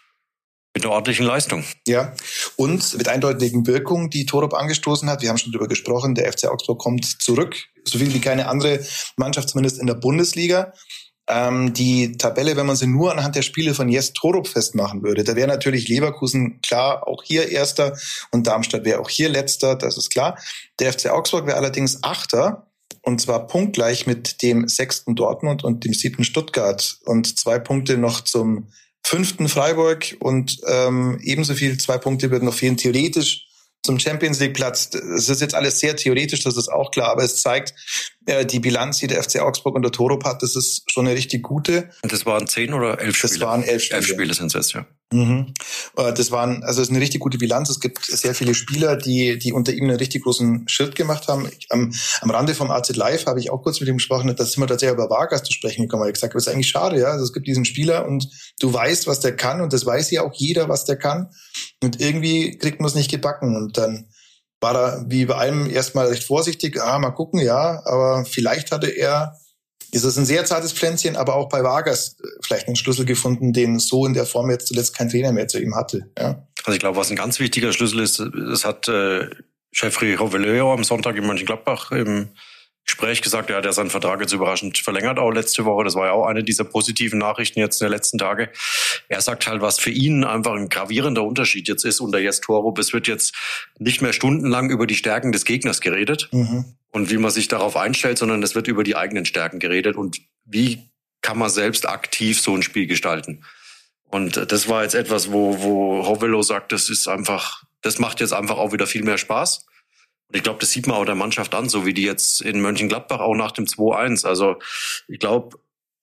mit einer ordentlichen Leistung. Ja, und mit eindeutigen Wirkungen, die Torup angestoßen hat. Wir haben schon drüber gesprochen, der F C Augsburg kommt zurück. So viel wie keine andere Mannschaft, zumindest in der Bundesliga. Ähm, die Tabelle, wenn man sie nur anhand der Spiele von Jes Torup festmachen würde, da wäre natürlich Leverkusen klar auch hier Erster und Darmstadt wäre auch hier Letzter, das ist klar. Der F C Augsburg wäre allerdings Achter und zwar punktgleich mit dem sechsten Dortmund und dem siebten Stuttgart und zwei Punkte noch zum fünften Freiburg und ähm, ebenso viel, zwei Punkte würden noch fehlen, theoretisch zum Champions-League-Platz. Es ist jetzt alles sehr theoretisch, das ist auch klar, aber es zeigt, äh, die Bilanz, die der F C Augsburg unter Torup hat, das ist schon eine richtig gute. Und das waren zehn oder elf Spiele? Das waren elf Spiele. Elf Spiele sind es jetzt, ja. Mhm. Das waren, also es ist eine richtig gute Bilanz. Es gibt sehr viele Spieler, die, die unter ihm einen richtig großen Schritt gemacht haben. Ich, am, am Rande vom A Z Live habe ich auch kurz mit ihm gesprochen, da sind wir tatsächlich über Vargas zu sprechen gekommen. Ich habe gesagt, das ist eigentlich schade, ja. Also es gibt diesen Spieler und du weißt, was der kann und das weiß ja auch jeder, was der kann. Und irgendwie kriegt man es nicht gebacken und dann war da wie bei allem erstmal recht vorsichtig. Ah, mal gucken, ja, aber vielleicht hatte er, ist es ein sehr zartes Pflänzchen, aber auch bei Vargas vielleicht einen Schlüssel gefunden, den so in der Form jetzt zuletzt kein Trainer mehr zu ihm hatte. Ja. Also ich glaube, was ein ganz wichtiger Schlüssel ist, es hat äh, Jeffrey Rovelleo am Sonntag in Mönchengladbach im Gespräch gesagt, er hat ja seinen Vertrag jetzt überraschend verlängert, auch letzte Woche. Das war ja auch eine dieser positiven Nachrichten jetzt in den letzten Tagen. Er sagt halt, was für ihn einfach ein gravierender Unterschied jetzt ist unter Jess Torup. Es wird jetzt nicht mehr stundenlang über die Stärken des Gegners geredet mhm. und wie man sich darauf einstellt, sondern es wird über die eigenen Stärken geredet und wie kann man selbst aktiv so ein Spiel gestalten. Und das war jetzt etwas, wo, wo Rovelleo sagt, das ist einfach, das macht jetzt einfach auch wieder viel mehr Spaß. Und ich glaube, das sieht man auch der Mannschaft an, so wie die jetzt in Mönchengladbach auch nach dem zwei eins. Also ich glaube,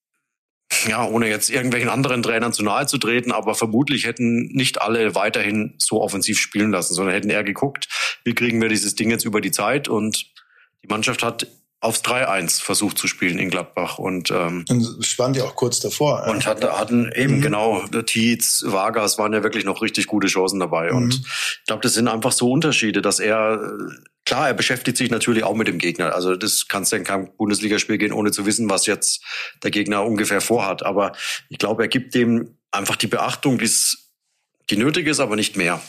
ja, ohne jetzt irgendwelchen anderen Trainern zu nahe zu treten, aber vermutlich hätten nicht alle weiterhin so offensiv spielen lassen, sondern hätten eher geguckt, wie kriegen wir dieses Ding jetzt über die Zeit. Und die Mannschaft hat aufs drei eins versucht zu spielen in Gladbach. Und, ähm, und stand ja auch kurz davor. Und hat, hatten eben mhm. genau, der Tietz, Vargas waren ja wirklich noch richtig gute Chancen dabei. Mhm. Und ich glaube, das sind einfach so Unterschiede, dass er, klar, er beschäftigt sich natürlich auch mit dem Gegner. Also das kannst du in kein Bundesligaspiel gehen, ohne zu wissen, was jetzt der Gegner ungefähr vorhat. Aber ich glaube, er gibt dem einfach die Beachtung, die nötig ist, aber nicht mehr.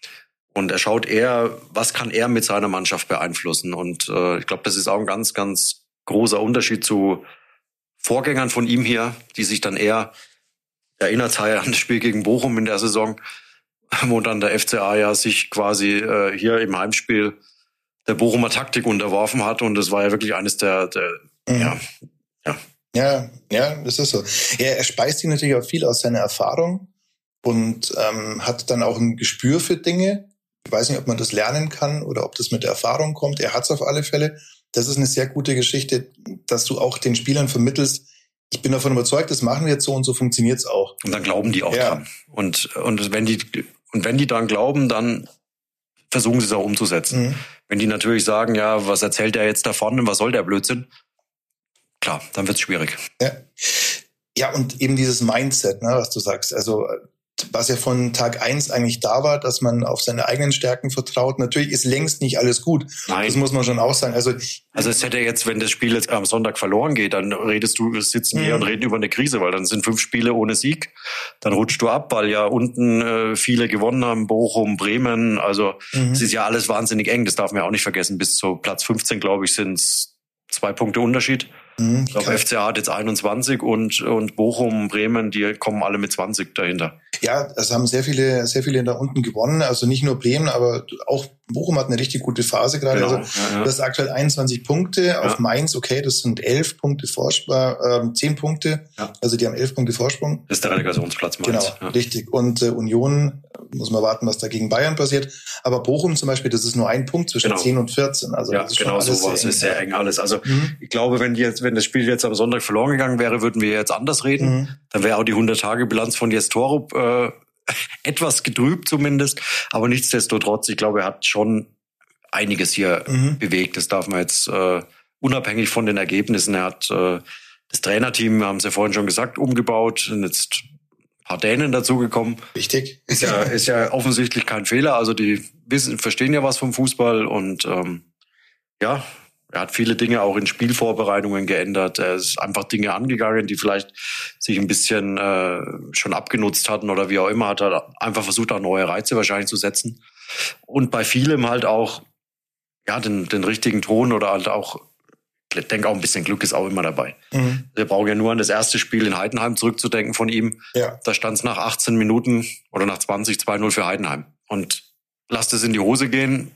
Und er schaut eher, was kann er mit seiner Mannschaft beeinflussen. Und äh, ich glaube, das ist auch ein ganz, ganz großer Unterschied zu Vorgängern von ihm hier, die sich dann eher, erinnert sich an das Spiel gegen Bochum in der Saison, wo dann der F C A ja sich quasi äh, hier im Heimspiel der Bochumer Taktik unterworfen hat. Und das war ja wirklich eines der, der mhm. ja, ja. Ja, ja, das ist so. Ja, er speist sich natürlich auch viel aus seiner Erfahrung und ähm, hat dann auch ein Gespür für Dinge. Ich weiß nicht, ob man das lernen kann oder ob das mit der Erfahrung kommt. Er hat es auf alle Fälle. Das ist eine sehr gute Geschichte, dass du auch den Spielern vermittelst, ich bin davon überzeugt, das machen wir jetzt so und so funktioniert es auch. Und dann glauben die auch ja. dran. Und, und, wenn die, und wenn die dann glauben, dann versuchen sie es auch umzusetzen. Mhm. Wenn die natürlich sagen, ja, was erzählt der jetzt davon und was soll der Blödsinn? Klar, dann wird es schwierig. Ja. ja, und eben dieses Mindset, ne, was du sagst. Also was ja von Tag eins eigentlich da war, dass man auf seine eigenen Stärken vertraut. Natürlich ist längst nicht alles gut. Nein. Das muss man schon auch sagen. Also, also es hätte jetzt, wenn das Spiel jetzt am Sonntag verloren geht, dann redest du, sitzen wir mhm. und reden über eine Krise, weil dann sind fünf Spiele ohne Sieg. Dann rutscht du ab, weil ja unten äh, viele gewonnen haben, Bochum, Bremen. Also mhm. es ist ja alles wahnsinnig eng. Das darf man ja auch nicht vergessen. Bis zu Platz fünfzehn, glaube ich, sind es zwei Punkte Unterschied. Mhm, ich glaube, F C A hat jetzt einundzwanzig und, und Bochum, Bremen, die kommen alle mit zwanzig dahinter. Ja, es haben sehr viele, sehr viele da unten gewonnen. Also nicht nur Bremen, aber auch Bochum hat eine richtig gute Phase gerade. Genau, also ja, ja. Das ist aktuell einundzwanzig Punkte ja. auf Mainz. Okay, das sind elf Punkte Vorsprung, äh, zehn Punkte. Ja. Also die haben elf Punkte Vorsprung. Das ist der Relegationsplatz Mainz. Genau, ja. richtig. Und äh, Union, muss man warten, was da gegen Bayern passiert. Aber Bochum zum Beispiel, das ist nur ein Punkt zwischen genau. zehn und vierzehn. Also ja, das ist genau schon so was. Ist sehr eng alles. Also mhm. ich glaube, wenn die jetzt, wenn das Spiel jetzt am Sonntag verloren gegangen wäre, würden wir jetzt anders reden. Mhm. Dann wäre auch die hundert-Tage-Bilanz von Jess Torup äh, etwas getrübt zumindest. Aber nichtsdestotrotz, ich glaube, er hat schon einiges hier mhm. bewegt. Das darf man jetzt äh, unabhängig von den Ergebnissen. Er hat äh, das Trainerteam, wir haben es ja vorhin schon gesagt, umgebaut. Sind jetzt ein paar Dänen dazugekommen. Wichtig. Ist ja, ist ja offensichtlich kein Fehler. Also die wissen, verstehen ja was vom Fußball und ähm, ja, er hat viele Dinge auch in Spielvorbereitungen geändert. Er ist einfach Dinge angegangen, die vielleicht sich ein bisschen äh, schon abgenutzt hatten oder wie auch immer. Hat er einfach versucht, auch neue Reize wahrscheinlich zu setzen. Und bei vielem halt auch ja den, den richtigen Ton oder halt auch, ich denke auch ein bisschen Glück ist auch immer dabei. Mhm. Wir brauchen ja nur an das erste Spiel in Heidenheim zurückzudenken von ihm. Ja. Da stand es nach achtzehn Minuten oder nach zwanzig zwei null für Heidenheim. Und lasst es in die Hose gehen.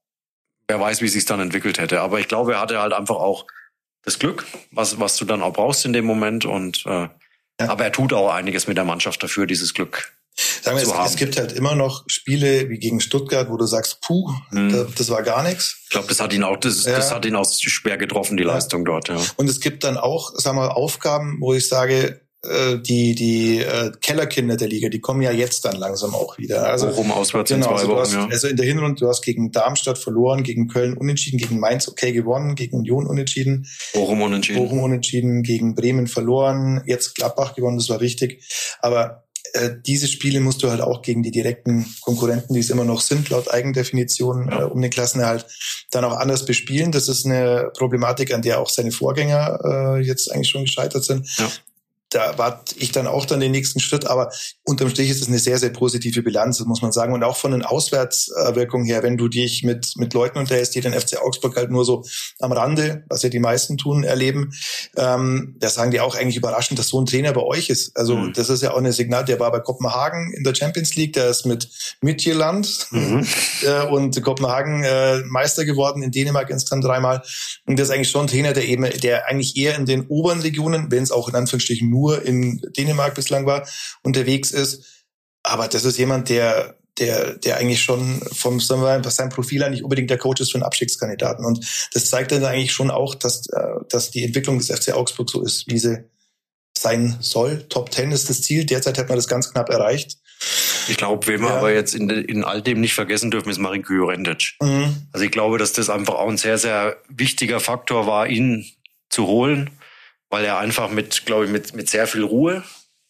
Wer weiß, wie es sich dann entwickelt hätte. Aber ich glaube, er hatte halt einfach auch das Glück, was, was du dann auch brauchst in dem Moment. Und äh, ja. Aber er tut auch einiges mit der Mannschaft dafür, dieses Glück Sagen wir, zu es, haben. Es gibt halt immer noch Spiele wie gegen Stuttgart, wo du sagst, puh, mhm. da, das war gar nichts. Ich glaube, das hat ihn auch, das, ja. das hat ihn auch schwer getroffen, die ja. Leistung dort. Ja. Und es gibt dann auch, sagen wir, Aufgaben, wo ich sage, die die äh, Kellerkinder der Liga, die kommen ja jetzt dann langsam auch wieder. Also Bochum auswärts genau, in zwei also Wochen, hast, ja. Also in der Hinrunde, du hast gegen Darmstadt verloren, gegen Köln unentschieden, gegen Mainz okay gewonnen, gegen Union unentschieden. Bochum unentschieden. Bochum unentschieden, gegen Bremen verloren, jetzt Gladbach gewonnen, das war wichtig. Aber äh, diese Spiele musst du halt auch gegen die direkten Konkurrenten, die es immer noch sind, laut Eigendefinition, ja. äh, um den Klassenerhalt, dann auch anders bespielen. Das ist eine Problematik, an der auch seine Vorgänger äh, jetzt eigentlich schon gescheitert sind. Ja. Da warte ich dann auch dann den nächsten Schritt, aber unterm Strich ist es eine sehr, sehr positive Bilanz, das muss man sagen. Und auch von den Auswärtswirkungen her, wenn du dich mit mit Leuten unterhältst, die den F C Augsburg halt nur so am Rande, was ja die meisten tun, erleben, ähm, da sagen die auch eigentlich überraschend, dass so ein Trainer bei euch ist. Also mhm. das ist ja auch ein Signal, der war bei Kopenhagen in der Champions League, der ist mit Midtjylland mhm. äh, und Kopenhagen äh, Meister geworden, in Dänemark insgesamt dreimal. Und das ist eigentlich schon ein Trainer, der eben, der eigentlich eher in den oberen Regionen, wenn es auch in Anführungsstrichen nur in Dänemark bislang war, unterwegs ist. Aber das ist jemand, der der der eigentlich schon vom was sein Profil eigentlich unbedingt der Coach ist für einen Abstiegskandidaten. Und das zeigt dann eigentlich schon auch, dass dass die Entwicklung des F C Augsburg so ist, wie sie sein soll. Top Ten ist das Ziel. Derzeit hat man das ganz knapp erreicht. Ich glaube, wen wir ja. aber jetzt in, in all dem nicht vergessen dürfen, ist Marinko Jurendic. Mhm. Also ich glaube, dass das einfach auch ein sehr, sehr wichtiger Faktor war, ihn zu holen, weil er einfach mit, glaube ich, mit, mit sehr viel Ruhe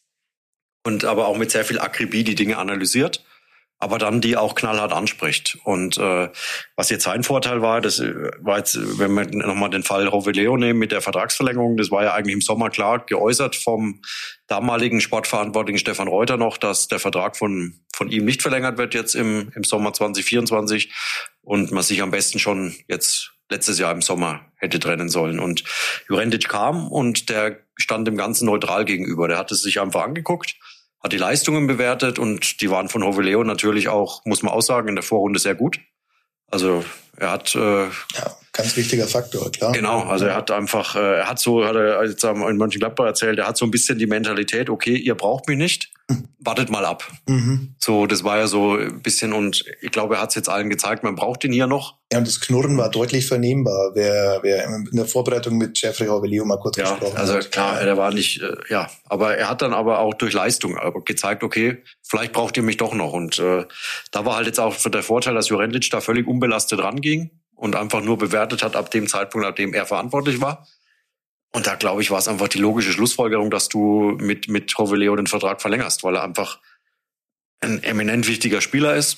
und aber auch mit sehr viel Akribie die Dinge analysiert, aber dann die auch knallhart anspricht. Und äh, was jetzt sein Vorteil war, das war jetzt, wenn wir nochmal den Fall Rovelleo nehmen mit der Vertragsverlängerung, das war ja eigentlich im Sommer klar geäußert vom damaligen Sportverantwortlichen Stefan Reuter noch, dass der Vertrag von von ihm nicht verlängert wird jetzt im im Sommer zwanzig vierundzwanzig und man sich am besten schon jetzt letztes Jahr im Sommer hätte trennen sollen. Und Jurendic kam und der stand dem Ganzen neutral gegenüber. Der hat es sich einfach angeguckt, hat die Leistungen bewertet und die waren von Hovelleo natürlich auch, muss man auch sagen, in der Vorrunde sehr gut. Also er hat... Äh, ja, ganz wichtiger Faktor, klar. Genau, also er hat einfach, äh, er hat so, hat er jetzt in Mönchengladbach erzählt, er hat so ein bisschen die Mentalität, okay, ihr braucht mich nicht, wartet mal ab. Mhm. So, das war ja so ein bisschen, und ich glaube, er hat es jetzt allen gezeigt, man braucht ihn hier noch. Ja, und das Knurren war deutlich vernehmbar, wer, wer in der Vorbereitung mit Jeffrey Hovelleo mal kurz ja, gesprochen also hat. Also klar, der war nicht, äh, ja, aber er hat dann aber auch durch Leistung gezeigt, okay, vielleicht braucht ihr mich doch noch. Und äh, da war halt jetzt auch der Vorteil, dass Jurendic da völlig unbelastet ranging und einfach nur bewertet hat ab dem Zeitpunkt, ab dem er verantwortlich war. Und da, glaube ich, war es einfach die logische Schlussfolgerung, dass du mit mit Hovelleo den Vertrag verlängerst, weil er einfach ein eminent wichtiger Spieler ist.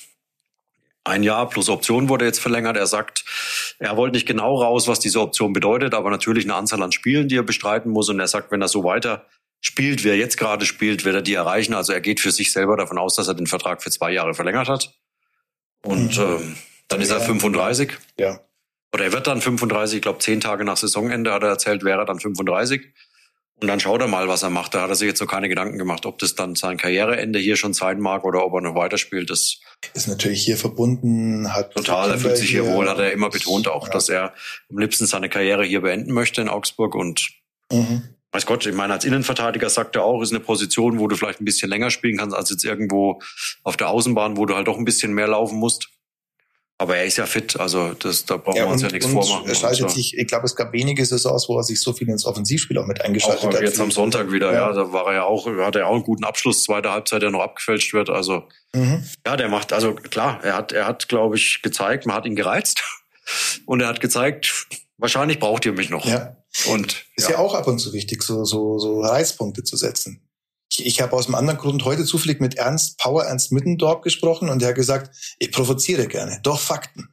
Ein Jahr plus Option wurde jetzt verlängert. Er sagt, er wollte nicht genau raus, was diese Option bedeutet, aber natürlich eine Anzahl an Spielen, die er bestreiten muss. Und er sagt, wenn er so weiter spielt, wie er jetzt gerade spielt, wird er die erreichen. Also er geht für sich selber davon aus, dass er den Vertrag für zwei Jahre verlängert hat. Und mhm. ähm, dann ist er fünfunddreißig. Ja. Oder er wird dann fünfunddreißig, ich glaube zehn Tage nach Saisonende, hat er erzählt, wäre er dann fünfunddreißig. Und dann schaut er mal, was er macht. Da hat er sich jetzt so keine Gedanken gemacht, ob das dann sein Karriereende hier schon sein mag oder ob er noch weiterspielt. Das ist natürlich hier verbunden. Hat total, er fühlt sich hier wohl, hat er immer betont auch, ja. dass er am liebsten seine Karriere hier beenden möchte in Augsburg. Und mhm. weiß Gott, ich meine, als Innenverteidiger sagt er auch, ist eine Position, wo du vielleicht ein bisschen länger spielen kannst, als jetzt irgendwo auf der Außenbahn, wo du halt doch ein bisschen mehr laufen musst. Aber er ist ja fit, also das, da brauchen ja, wir uns und, ja nichts vormachen. Er schaltet so. sich, ich glaube, es gab wenige Saisons, wo er sich so viel ins Offensivspiel auch mit eingeschaltet auch hat. Jetzt am Sonntag wieder, ja. ja, da war er ja auch, hat er auch einen guten Abschluss, zweite Halbzeit, der noch abgefälscht wird. Also mhm. ja, der macht, also klar, er hat, er hat, glaube ich, gezeigt, man hat ihn gereizt und er hat gezeigt, wahrscheinlich braucht ihr mich noch. Ja. Und ist ja. ja auch ab und zu wichtig, so so so Reizpunkte zu setzen. Ich, ich habe aus einem anderen Grund heute zufällig mit Ernst Power, Ernst Middendorf gesprochen und der hat gesagt, ich provoziere gerne, doch Fakten.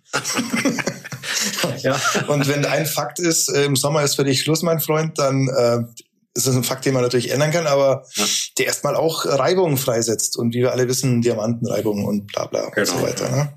ja. Und wenn ein Fakt ist, im Sommer ist für dich Schluss, mein Freund, dann äh, ist das ein Fakt, den man natürlich ändern kann, aber ja. der erstmal auch Reibungen freisetzt und wie wir alle wissen, Diamantenreibungen und bla bla genau. und so weiter. Ne?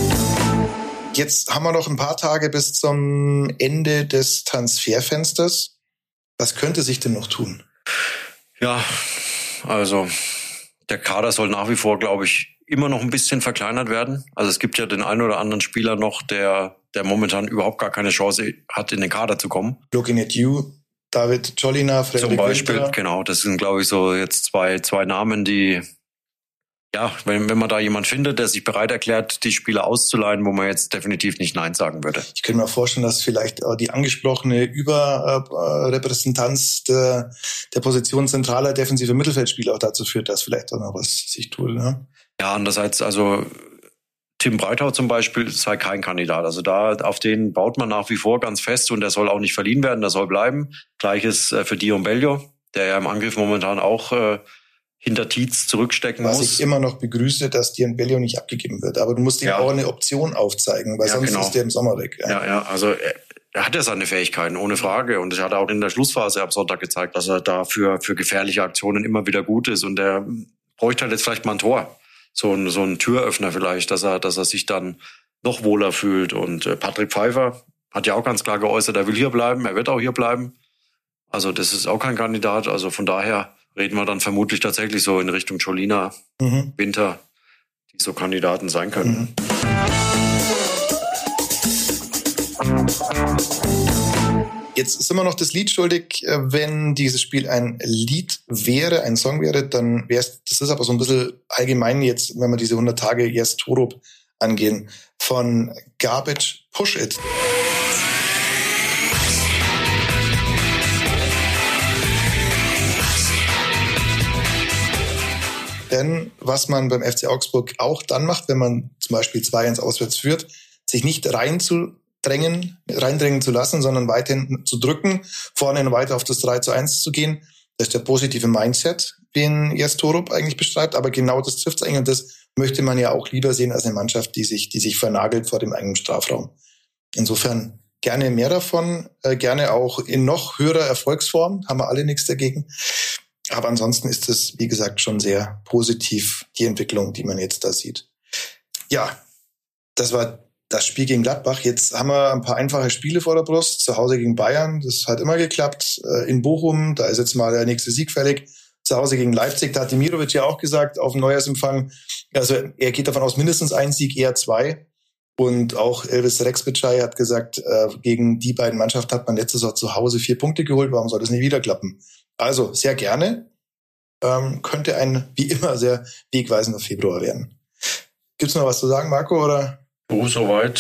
Jetzt haben wir noch ein paar Tage bis zum Ende des Transferfensters. Was könnte sich denn noch tun? Ja, also der Kader soll nach wie vor, glaube ich, immer noch ein bisschen verkleinert werden. Also es gibt ja den einen oder anderen Spieler noch, der der momentan überhaupt gar keine Chance hat, in den Kader zu kommen. Looking at you, David Jolina, Frederik Zum Beispiel, Winter. Genau. Das sind, glaube ich, so jetzt zwei zwei Namen, die, ja, wenn, wenn man da jemand findet, der sich bereit erklärt, die Spieler auszuleihen, wo man jetzt definitiv nicht Nein sagen würde. Ich könnte mir vorstellen, dass vielleicht die angesprochene Überrepräsentanz der, der Position zentraler defensiver Mittelfeldspieler auch dazu führt, dass vielleicht auch noch was sich tut. Ne? Ja, andererseits, also Tim Breithaupt zum Beispiel sei kein Kandidat. Also da auf den baut man nach wie vor ganz fest und der soll auch nicht verliehen werden, der soll bleiben. Gleiches für Dion Bellio, der ja im Angriff momentan auch äh, hinter Tietz zurückstecken Was muss. ich immer noch begrüße, dass Diembello nicht abgegeben wird. Aber du musst ihm ja. auch eine Option aufzeigen, weil ja, sonst genau. ist der im Sommer weg. Ja, ja, ja also er, er hat ja seine Fähigkeiten, ohne Frage. Und das hat er auch in der Schlussphase am Sonntag gezeigt, dass er da für, für gefährliche Aktionen immer wieder gut ist. Und er bräuchte halt jetzt vielleicht mal ein Tor. So ein, so ein Türöffner vielleicht, dass er, dass er sich dann noch wohler fühlt. Und äh, Patrick Pfeiffer hat ja auch ganz klar geäußert, er will hier bleiben, er wird auch hier bleiben. Also das ist auch kein Kandidat. Also von daher reden wir dann vermutlich tatsächlich so in Richtung Scholina, mhm. Winter, die so Kandidaten sein können. Mhm. Jetzt sind wir noch das Lied schuldig. Wenn dieses Spiel ein Lied wäre, ein Song wäre, dann wäre es, das ist aber so ein bisschen allgemein jetzt, wenn wir diese hundert Tage Yes Torup angehen, von Garbage Push It. Denn was man beim F C Augsburg auch dann macht, wenn man zum Beispiel zwei eins auswärts führt, sich nicht reinzudrängen, reindrängen zu lassen, sondern weiterhin zu drücken, vorne weiter auf das drei zu eins zu gehen. Das ist der positive Mindset, den Jes Torup eigentlich beschreibt. Aber genau das trifft es eigentlich. Und das möchte man ja auch lieber sehen als eine Mannschaft, die sich, die sich vernagelt vor dem eigenen Strafraum. Insofern gerne mehr davon, äh, gerne auch in noch höherer Erfolgsform. Haben wir alle nichts dagegen. Aber ansonsten ist es, wie gesagt, schon sehr positiv, die Entwicklung, die man jetzt da sieht. Ja, das war das Spiel gegen Gladbach. Jetzt haben wir ein paar einfache Spiele vor der Brust. Zu Hause gegen Bayern, das hat immer geklappt. In Bochum, da ist jetzt mal der nächste Sieg fällig. Zu Hause gegen Leipzig, da hat Demirovic ja auch gesagt, auf dem Neujahrsempfang, also er geht davon aus, mindestens ein Sieg, eher zwei. Und auch Elvis Rexbitschei hat gesagt, gegen die beiden Mannschaften hat man letztes Jahr zu Hause vier Punkte geholt. Warum soll das nicht wieder klappen? Also sehr gerne. Ähm, könnte ein, wie immer, sehr wegweisender Februar werden. Gibt's noch was zu sagen, Marco, oder? Oh, soweit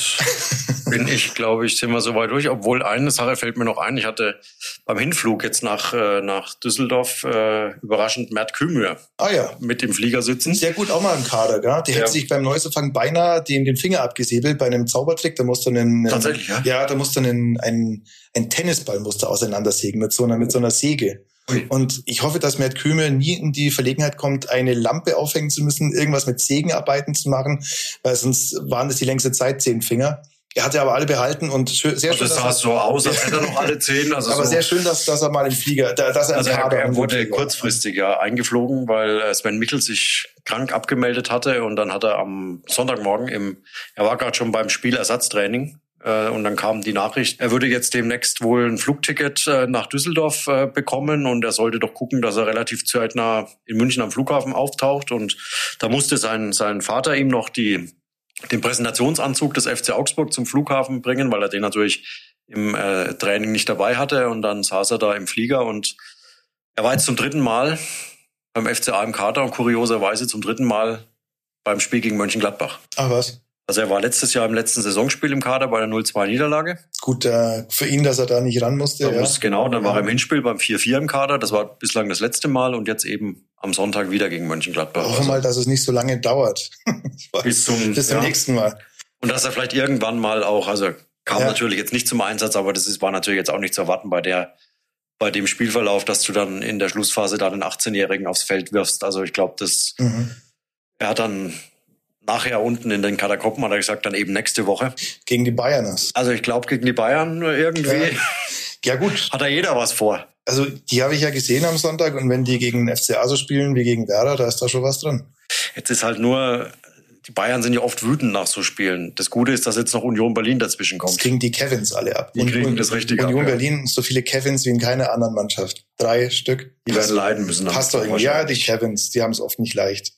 bin ich, glaube ich, sind wir soweit durch. Obwohl eine Sache fällt mir noch ein. Ich hatte beim Hinflug jetzt nach, äh, nach Düsseldorf äh, überraschend Mert Kümmür ah, ja. mit dem Flieger sitzen. Sehr gut auch mal im Kader, gell? Der ja. hätte sich beim Neuanfang beinahe den, den Finger abgesäbelt bei einem Zaubertrick. Da musste einen, Tatsächlich, ja? Ja, da musste einen, einen, ein Tennisball musste auseinandersägen mit so einer, mit so einer Säge. Ui. Und ich hoffe, dass Mert Kümmür nie in die Verlegenheit kommt, eine Lampe aufhängen zu müssen, irgendwas mit Sägenarbeiten zu machen, weil sonst waren das die längste Zeit zehn Finger. Er hatte aber alle behalten und schön, sehr und schön. Das sah so aus, als hätte er noch alle zehn. Also aber so. sehr schön, dass, dass er mal im Flieger, dass er also im Kader er, er wurde kurzfristig ja eingeflogen, weil Sven Michel sich krank abgemeldet hatte und dann hat er am Sonntagmorgen im, er war gerade schon beim Spielersatztraining. Und dann kam die Nachricht, er würde jetzt demnächst wohl ein Flugticket nach Düsseldorf bekommen und er sollte doch gucken, dass er relativ zeitnah in München am Flughafen auftaucht. Und da musste sein, sein Vater ihm noch die, den Präsentationsanzug des F C Augsburg zum Flughafen bringen, weil er den natürlich im äh, Training nicht dabei hatte. Und dann saß er da im Flieger und er war jetzt zum dritten Mal beim F C A im Kader und kurioserweise zum dritten Mal beim Spiel gegen Mönchengladbach. Ach was? Also er war letztes Jahr im letzten Saisonspiel im Kader bei der null zwei Niederlage. Gut, äh, für ihn, dass er da nicht ran musste. Da ja. muss, genau, dann war er im Hinspiel beim vier vier im Kader. Das war bislang das letzte Mal und jetzt eben am Sonntag wieder gegen Mönchengladbach. Hoffen also, mal, dass es nicht so lange dauert. bis zum, bis zum ja. nächsten Mal. Und dass er vielleicht irgendwann mal auch, also kam ja. natürlich jetzt nicht zum Einsatz, aber das ist, war natürlich jetzt auch nicht zu erwarten bei der bei dem Spielverlauf, dass du dann in der Schlussphase da den achtzehnjährigen aufs Feld wirfst. Also ich glaube, das mhm. er hat dann nachher unten in den Katakomben hat er gesagt, dann eben nächste Woche. Gegen die Bayerners. Also ich glaube, gegen die Bayern irgendwie. Ja. ja gut. Hat da jeder was vor. Also die habe ich ja gesehen am Sonntag und wenn die gegen den F C A so spielen wie gegen Werder, da ist da schon was dran. Jetzt ist halt nur, die Bayern sind ja oft wütend nach so Spielen. Das Gute ist, dass jetzt noch Union Berlin dazwischen kommt. Das kriegen die Kevins alle ab. Die und, kriegen das richtig Union ab. Union Berlin, ja. So viele Kevins wie in keiner anderen Mannschaft. Drei Stück. Die werden leiden müssen. Passt doch irgendwie. Ja, die Kevins, die haben es oft nicht leicht.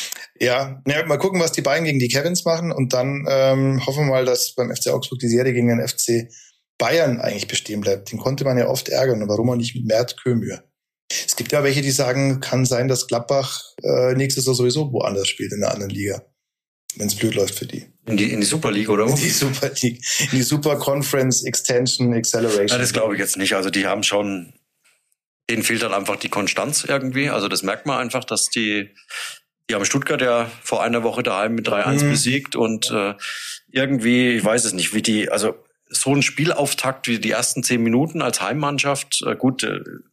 Ja, ja, mal gucken, was die beiden gegen die Kevins machen und dann ähm, hoffen wir mal, dass beim F C Augsburg die Serie gegen den F C Bayern eigentlich bestehen bleibt. Den konnte man ja oft ärgern. Und warum auch nicht mit Mert Kümmür? Es gibt ja welche, die sagen, kann sein, dass Gladbach äh, nächstes Jahr sowieso woanders spielt in einer anderen Liga. Wenn es blöd läuft für die. In die, in die Super League, oder? In die Super League. In die Super Conference Extension Acceleration. Ja, das glaube ich jetzt nicht. Also die haben schon, denen fehlt dann einfach die Konstanz irgendwie. Also das merkt man einfach, dass die, die haben Stuttgart ja vor einer Woche daheim mit drei eins mhm. besiegt und äh, irgendwie, ich weiß es nicht, wie die, also so ein Spielauftakt wie die ersten zehn Minuten als Heimmannschaft, äh, gut, äh,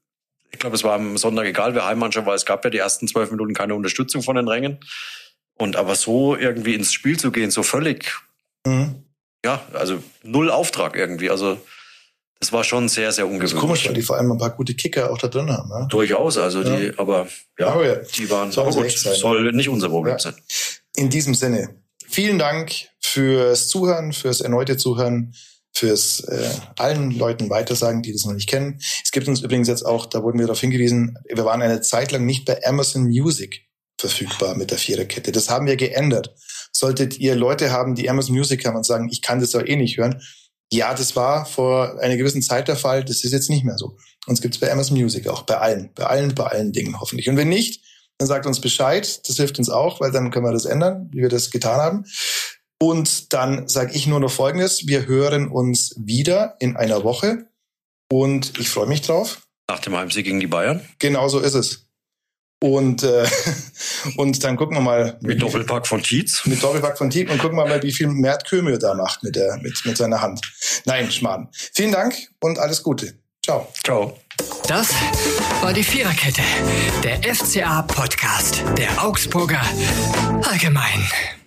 Ich glaube, es war am Sonntag egal, wer Heimmannschaft war. Es gab ja die ersten zwölf Minuten keine Unterstützung von den Rängen. Und aber so irgendwie ins Spiel zu gehen, so völlig, mhm. ja, also null Auftrag irgendwie. Also das war schon sehr, sehr ungewöhnlich. Das ist komisch, weil die vor allem ein paar gute Kicker auch da drin haben. Ne? Durchaus, also ja. die, aber ja, oh ja, die waren soll, gut, soll nicht unser Problem ja. sein. In diesem Sinne, vielen Dank fürs Zuhören, fürs erneute Zuhören, fürs äh, allen Leuten weitersagen, die das noch nicht kennen. Es gibt uns übrigens jetzt auch, da wurden wir darauf hingewiesen, wir waren eine Zeit lang nicht bei Amazon Music verfügbar mit der Viererkette. Das haben wir geändert. Solltet ihr Leute haben, die Amazon Music haben und sagen, ich kann das doch eh nicht hören, ja, das war vor einer gewissen Zeit der Fall, das ist jetzt nicht mehr so. Uns gibt's bei Amazon Music auch, bei allen, bei allen, bei allen Dingen hoffentlich. Und wenn nicht, dann sagt uns Bescheid, das hilft uns auch, weil dann können wir das ändern, wie wir das getan haben. Und dann sage ich nur noch Folgendes, wir hören uns wieder in einer Woche und ich freue mich drauf. Nach dem Heimsieg gegen die Bayern? Genau so ist es. Und äh, und dann gucken wir mal mit Doppelpack von Tietz. Mit Doppelpack von Tietz und gucken wir mal, wie viel Mert Kömür da macht mit der mit mit seiner Hand. Nein, Schmarrn. Vielen Dank und alles Gute. Ciao. Ciao. Das war die Viererkette, der F C A Podcast der Augsburger Allgemein.